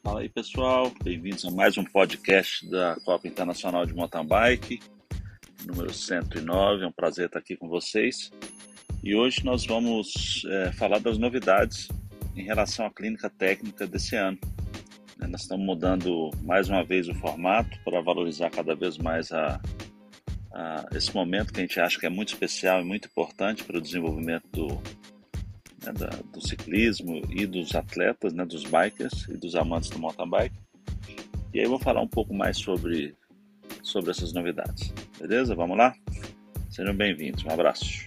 Fala aí, pessoal, bem-vindos a mais um podcast da Copa Internacional de Mountain Bike, número 109, é um prazer estar aqui com vocês. E hoje nós vamos falar das novidades em relação à clínica técnica desse ano. Nós estamos mudando mais uma vez o formato para valorizar cada vez mais esse momento que a gente acha que é muito especial e muito importante para o desenvolvimento do ciclismo e dos atletas, dos bikers e dos amantes do mountain bike. E aí eu vou falar um pouco mais sobre essas novidades, beleza? Vamos lá? Sejam bem-vindos, um abraço.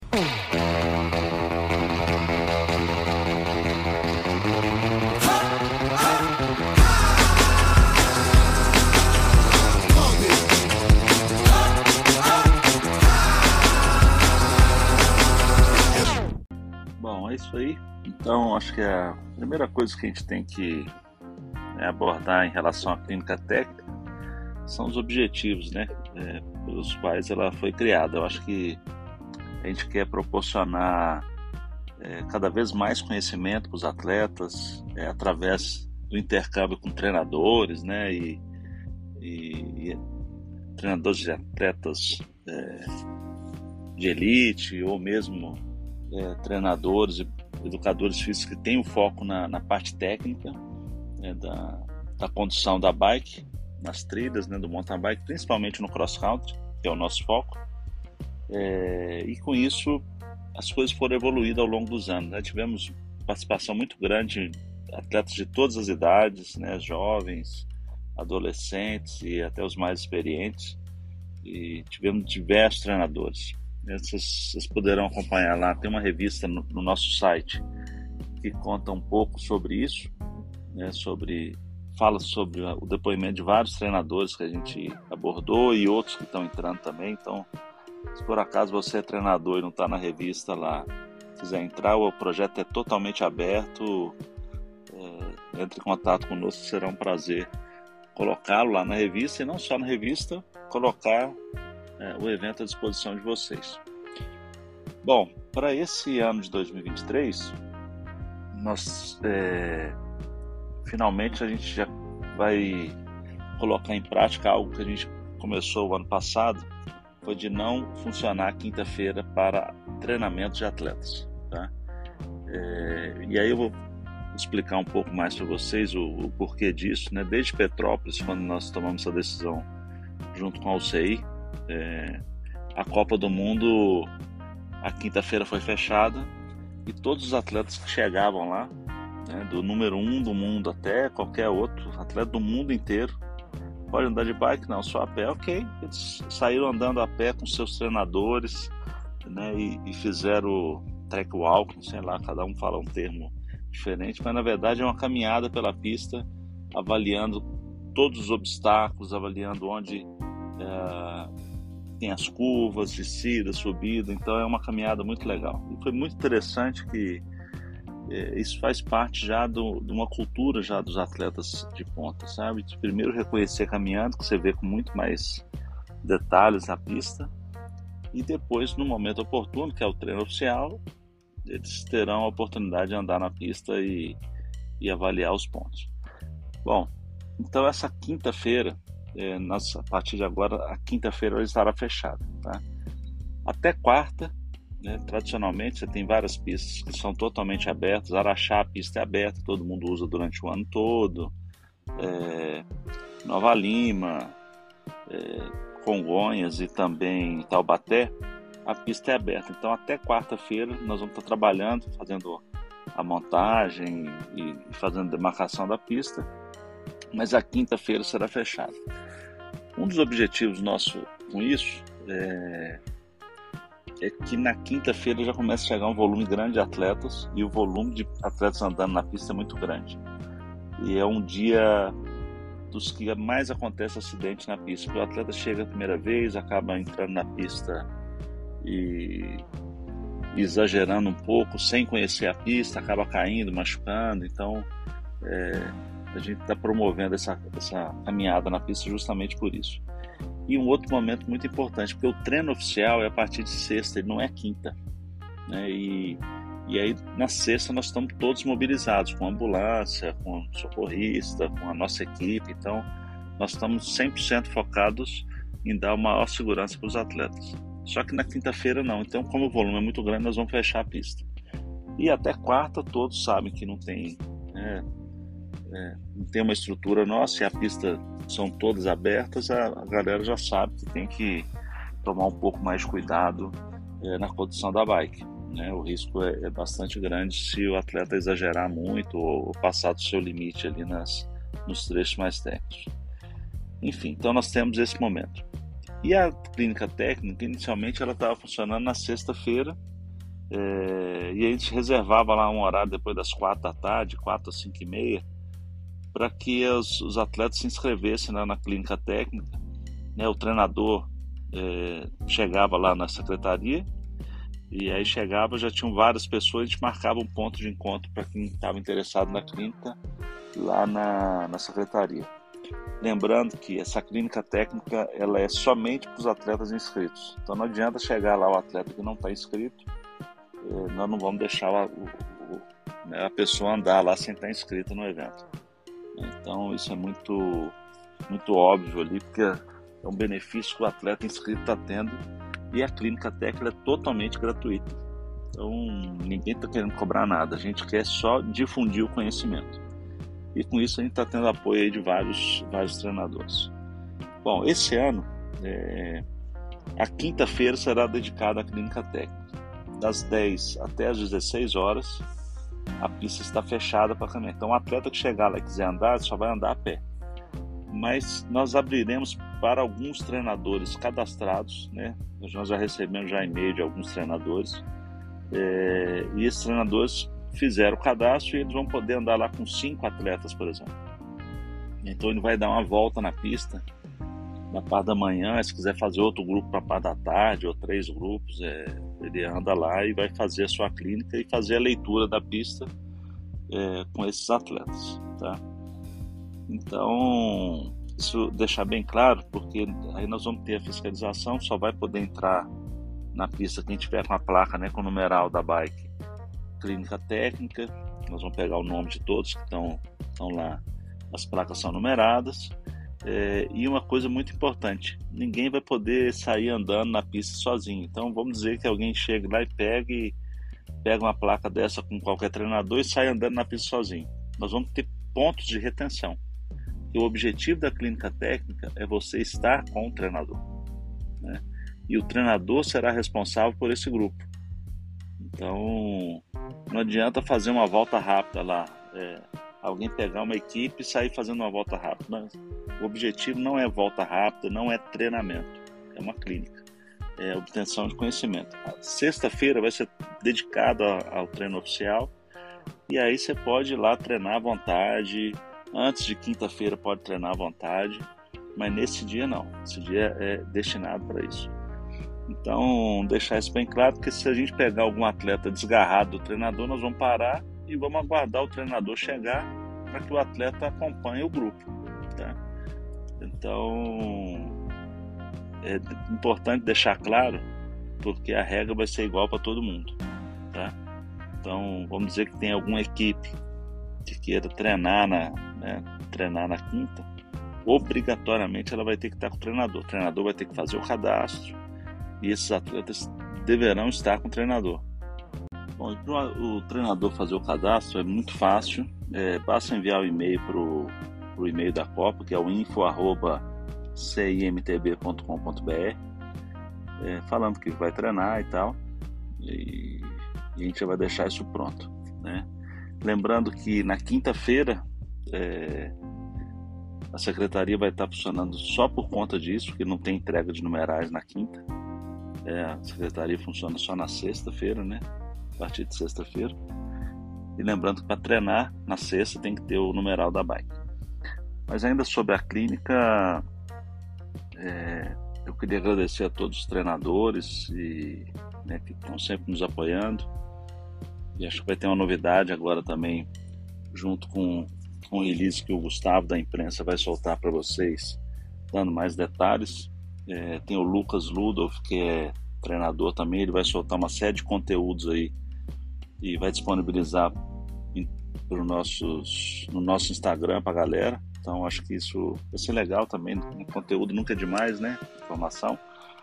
Bom, é isso aí. Então, acho que a primeira coisa que a gente tem que abordar em relação à clínica técnica são os objetivos, pelos quais ela foi criada. Eu acho que a gente quer proporcionar cada vez mais conhecimento para os atletas através do intercâmbio com treinadores, e treinadores de atletas de elite ou mesmo treinadores e educadores físicos que têm o foco na parte técnica da condução da bike, nas trilhas do mountain bike, principalmente no cross country, que é o nosso foco. E com isso as coisas foram evoluindo ao longo dos anos. Tivemos participação muito grande de atletas de todas as idades, jovens, adolescentes e até os mais experientes, e tivemos diversos treinadores. Vocês poderão acompanhar lá, tem uma revista no nosso site que conta um pouco sobre isso, fala sobre o depoimento de vários treinadores que a gente abordou e outros que estão entrando também. Então, se por acaso você é treinador e não está na revista lá, quiser entrar, o projeto é totalmente aberto, entre em contato conosco, será um prazer colocá-lo lá na revista, e não só na revista, colocar o evento à disposição de vocês. Bom, para esse ano de 2023, nós finalmente a gente já vai colocar em prática algo que a gente começou o ano passado, foi de não funcionar quinta-feira para treinamento de atletas, tá? E aí eu vou explicar um pouco mais para vocês o porquê disso, Desde Petrópolis, quando nós tomamos essa decisão junto com a UCI, a Copa do Mundo, a quinta-feira foi fechada e todos os atletas que chegavam lá, do número 1 do mundo até qualquer outro atleta do mundo inteiro, pode andar de bike? Não, só a pé. Ok, eles saíram andando a pé com seus treinadores, e fizeram track walking, sei lá, cada um fala um termo diferente, mas na verdade é uma caminhada pela pista, avaliando todos os obstáculos, avaliando onde tem as curvas, descida, subida. Então é uma caminhada muito legal. E foi muito interessante que isso faz parte já de uma cultura já dos atletas de ponta, sabe? Primeiro reconhecer caminhando, que você vê com muito mais detalhes na pista, e depois, no momento oportuno, que é o treino oficial, eles terão a oportunidade de andar na pista e avaliar os pontos. Bom, então essa quinta-feira, a partir de agora, a quinta-feira estará fechada, tá? Até quarta, tradicionalmente você tem várias pistas que são totalmente abertas. Araxá, a pista é aberta, todo mundo usa durante o ano todo. Nova Lima, Congonhas e também Taubaté, a pista é aberta. Então até quarta-feira nós vamos estar trabalhando, fazendo a montagem e fazendo a demarcação da pista, mas a quinta-feira será fechada. Um dos objetivos nossos com isso é que na quinta-feira já começa a chegar um volume grande de atletas, e o volume de atletas andando na pista é muito grande. E é um dia dos que mais acontece acidente na pista, porque o atleta chega a primeira vez, acaba entrando na pista e exagerando um pouco, sem conhecer a pista, acaba caindo, machucando. Então a gente está promovendo essa caminhada na pista justamente por isso. E um outro momento muito importante, porque o treino oficial é a partir de sexta, ele não é quinta, E E aí na sexta nós estamos todos mobilizados, com ambulância, com socorrista, com a nossa equipe. Então nós estamos 100% focados em dar maior segurança para os atletas. Só que na quinta-feira não. Então, como o volume é muito grande, nós vamos fechar a pista. E até quarta todos sabem que não tem uma estrutura nossa, e a pista são todas abertas, a galera já sabe que tem que tomar um pouco mais de cuidado na condução da bike, né? O risco é bastante grande se o atleta exagerar muito ou passar do seu limite ali nos trechos mais técnicos. Enfim, então nós temos esse momento. E a clínica técnica, inicialmente, ela estava funcionando na sexta-feira, e a gente reservava lá um horário depois das 4 da tarde, 4 às 5 e meia, para que os atletas se inscrevessem lá na clínica técnica, né? O treinador chegava lá na secretaria, e aí chegava, já tinham várias pessoas, a gente marcava um ponto de encontro para quem estava interessado na clínica lá na secretaria. Lembrando que essa clínica técnica ela é somente para os atletas inscritos. Então não adianta chegar lá o atleta que não está inscrito, nós não vamos deixar a pessoa andar lá sem estar inscrita no evento. Então isso é muito, muito óbvio ali, porque é um benefício que o atleta inscrito está tendo, e a clínica técnica é totalmente gratuita. Então ninguém está querendo cobrar nada, a gente quer só difundir o conhecimento. E com isso a gente está tendo apoio aí de vários treinadores. Bom, esse ano, a quinta-feira será dedicada à clínica técnica. Das 10 até as 16 horas, a pista está fechada para caminhar. Então o atleta que chegar lá e quiser andar, só vai andar a pé. Mas nós abriremos para alguns treinadores cadastrados, né? Nós já recebemos e-mail de alguns treinadores. E esses treinadores fizeram o cadastro e eles vão poder andar lá com 5 atletas, por exemplo. Então ele vai dar uma volta na pista na parte da manhã, se quiser fazer outro grupo para a parte da tarde, ou 3 grupos, ele anda lá e vai fazer a sua clínica e fazer a leitura da pista com esses atletas, tá? Então, isso deixar bem claro, porque aí nós vamos ter a fiscalização, só vai poder entrar na pista quem tiver com a placa, né, com o numeral da bike clínica técnica. Nós vamos pegar o nome de todos que estão lá, as placas são numeradas, e uma coisa muito importante, ninguém vai poder sair andando na pista sozinho. Então vamos dizer que alguém chega lá e pega uma placa dessa com qualquer treinador e sai andando na pista sozinho. Nós vamos ter pontos de retenção, e o objetivo da clínica técnica é você estar com o treinador, né? E o treinador será responsável por esse grupo. Então não adianta fazer uma volta rápida lá, alguém pegar uma equipe e sair fazendo uma volta rápida. Mas o objetivo não é volta rápida, não é treinamento, é uma clínica, é obtenção de conhecimento. A sexta-feira vai ser dedicada ao treino oficial, e aí você pode ir lá treinar à vontade. Antes de quinta-feira pode treinar à vontade, mas nesse dia não, esse dia é destinado para isso. Então, deixar isso bem claro, porque se a gente pegar algum atleta desgarrado do treinador, nós vamos parar e vamos aguardar o treinador chegar para que o atleta acompanhe o grupo, tá? Então, é importante deixar claro, porque a regra vai ser igual para todo mundo, tá? Então, vamos dizer que tem alguma equipe que queira treinar na quinta, obrigatoriamente ela vai ter que estar com o treinador. O treinador vai ter que fazer o cadastro, e esses atletas deverão estar com o treinador. Bom, e para o treinador fazer o cadastro é muito fácil, basta enviar o e-mail para o e-mail da Copa, que é o info@cimtb.com.br, falando que vai treinar e tal, e a gente já vai deixar isso pronto, né? Lembrando que na quinta-feira a secretaria vai estar funcionando só por conta disso, porque não tem entrega de numerais na quinta. A secretaria funciona só na sexta-feira, né? A partir de sexta-feira. E lembrando que para treinar na sexta tem que ter o numeral da bike. Mas ainda sobre a clínica, eu queria agradecer a todos os treinadores que estão sempre nos apoiando. E acho que vai ter uma novidade agora também, junto com o release que o Gustavo da imprensa vai soltar para vocês, dando mais detalhes. Tem o Lucas Ludolf, que é treinador também, ele vai soltar uma série de conteúdos aí e vai disponibilizar no nosso Instagram para a galera. Então acho que isso vai ser legal também. O conteúdo nunca é demais, né? Informação.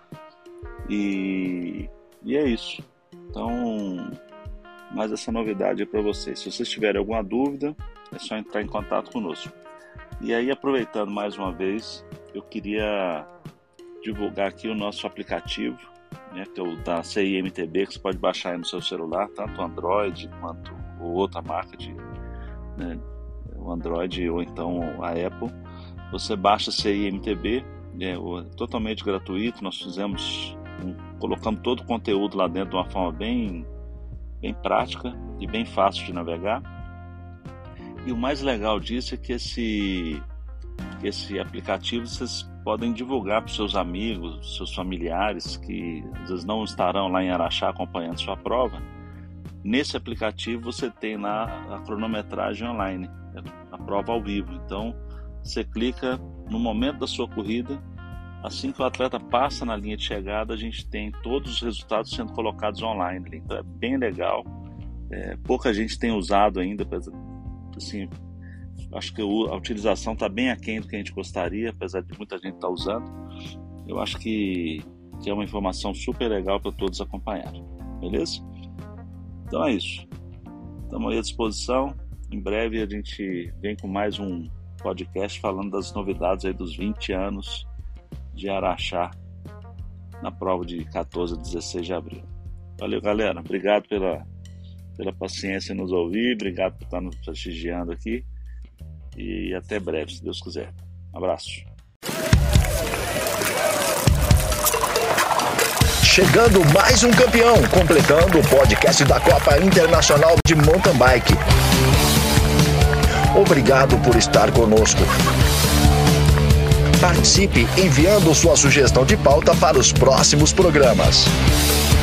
E é isso. Então, mais essa novidade aí para vocês. Se vocês tiverem alguma dúvida, é só entrar em contato conosco. E aí, aproveitando mais uma vez, eu queria divulgar aqui o nosso aplicativo, né, que é o da CIMTB, que você pode baixar aí no seu celular, tanto o Android quanto outra marca né, o Android ou então a Apple. Você baixa CIMTB, totalmente gratuito. Nós colocamos todo o conteúdo lá dentro de uma forma bem prática e bem fácil de navegar. E o mais legal disso é que esse aplicativo vocês podem divulgar para os seus amigos, seus familiares que às vezes não estarão lá em Araxá acompanhando sua prova. Nesse aplicativo você tem lá a cronometragem online, a prova ao vivo. Então você clica no momento da sua corrida, assim que o atleta passa na linha de chegada, a gente tem todos os resultados sendo colocados online. Então é bem legal. Pouca gente tem usado ainda, assim, acho que a utilização está bem aquém do que a gente gostaria, apesar de muita gente estar usando. Eu acho que é uma informação super legal para todos acompanharem, beleza? Então é isso, estamos aí à disposição. Em breve a gente vem com mais um podcast falando das novidades aí dos 20 anos de Araxá na prova de 14 a 16 de abril. Valeu, galera, obrigado pela paciência em nos ouvir, obrigado por estar nos prestigiando aqui e até breve, se Deus quiser. Um abraço. Chegando mais um campeão, completando o podcast da Copa Internacional de Mountain Bike. Obrigado por estar conosco. Participe enviando sua sugestão de pauta para os próximos programas.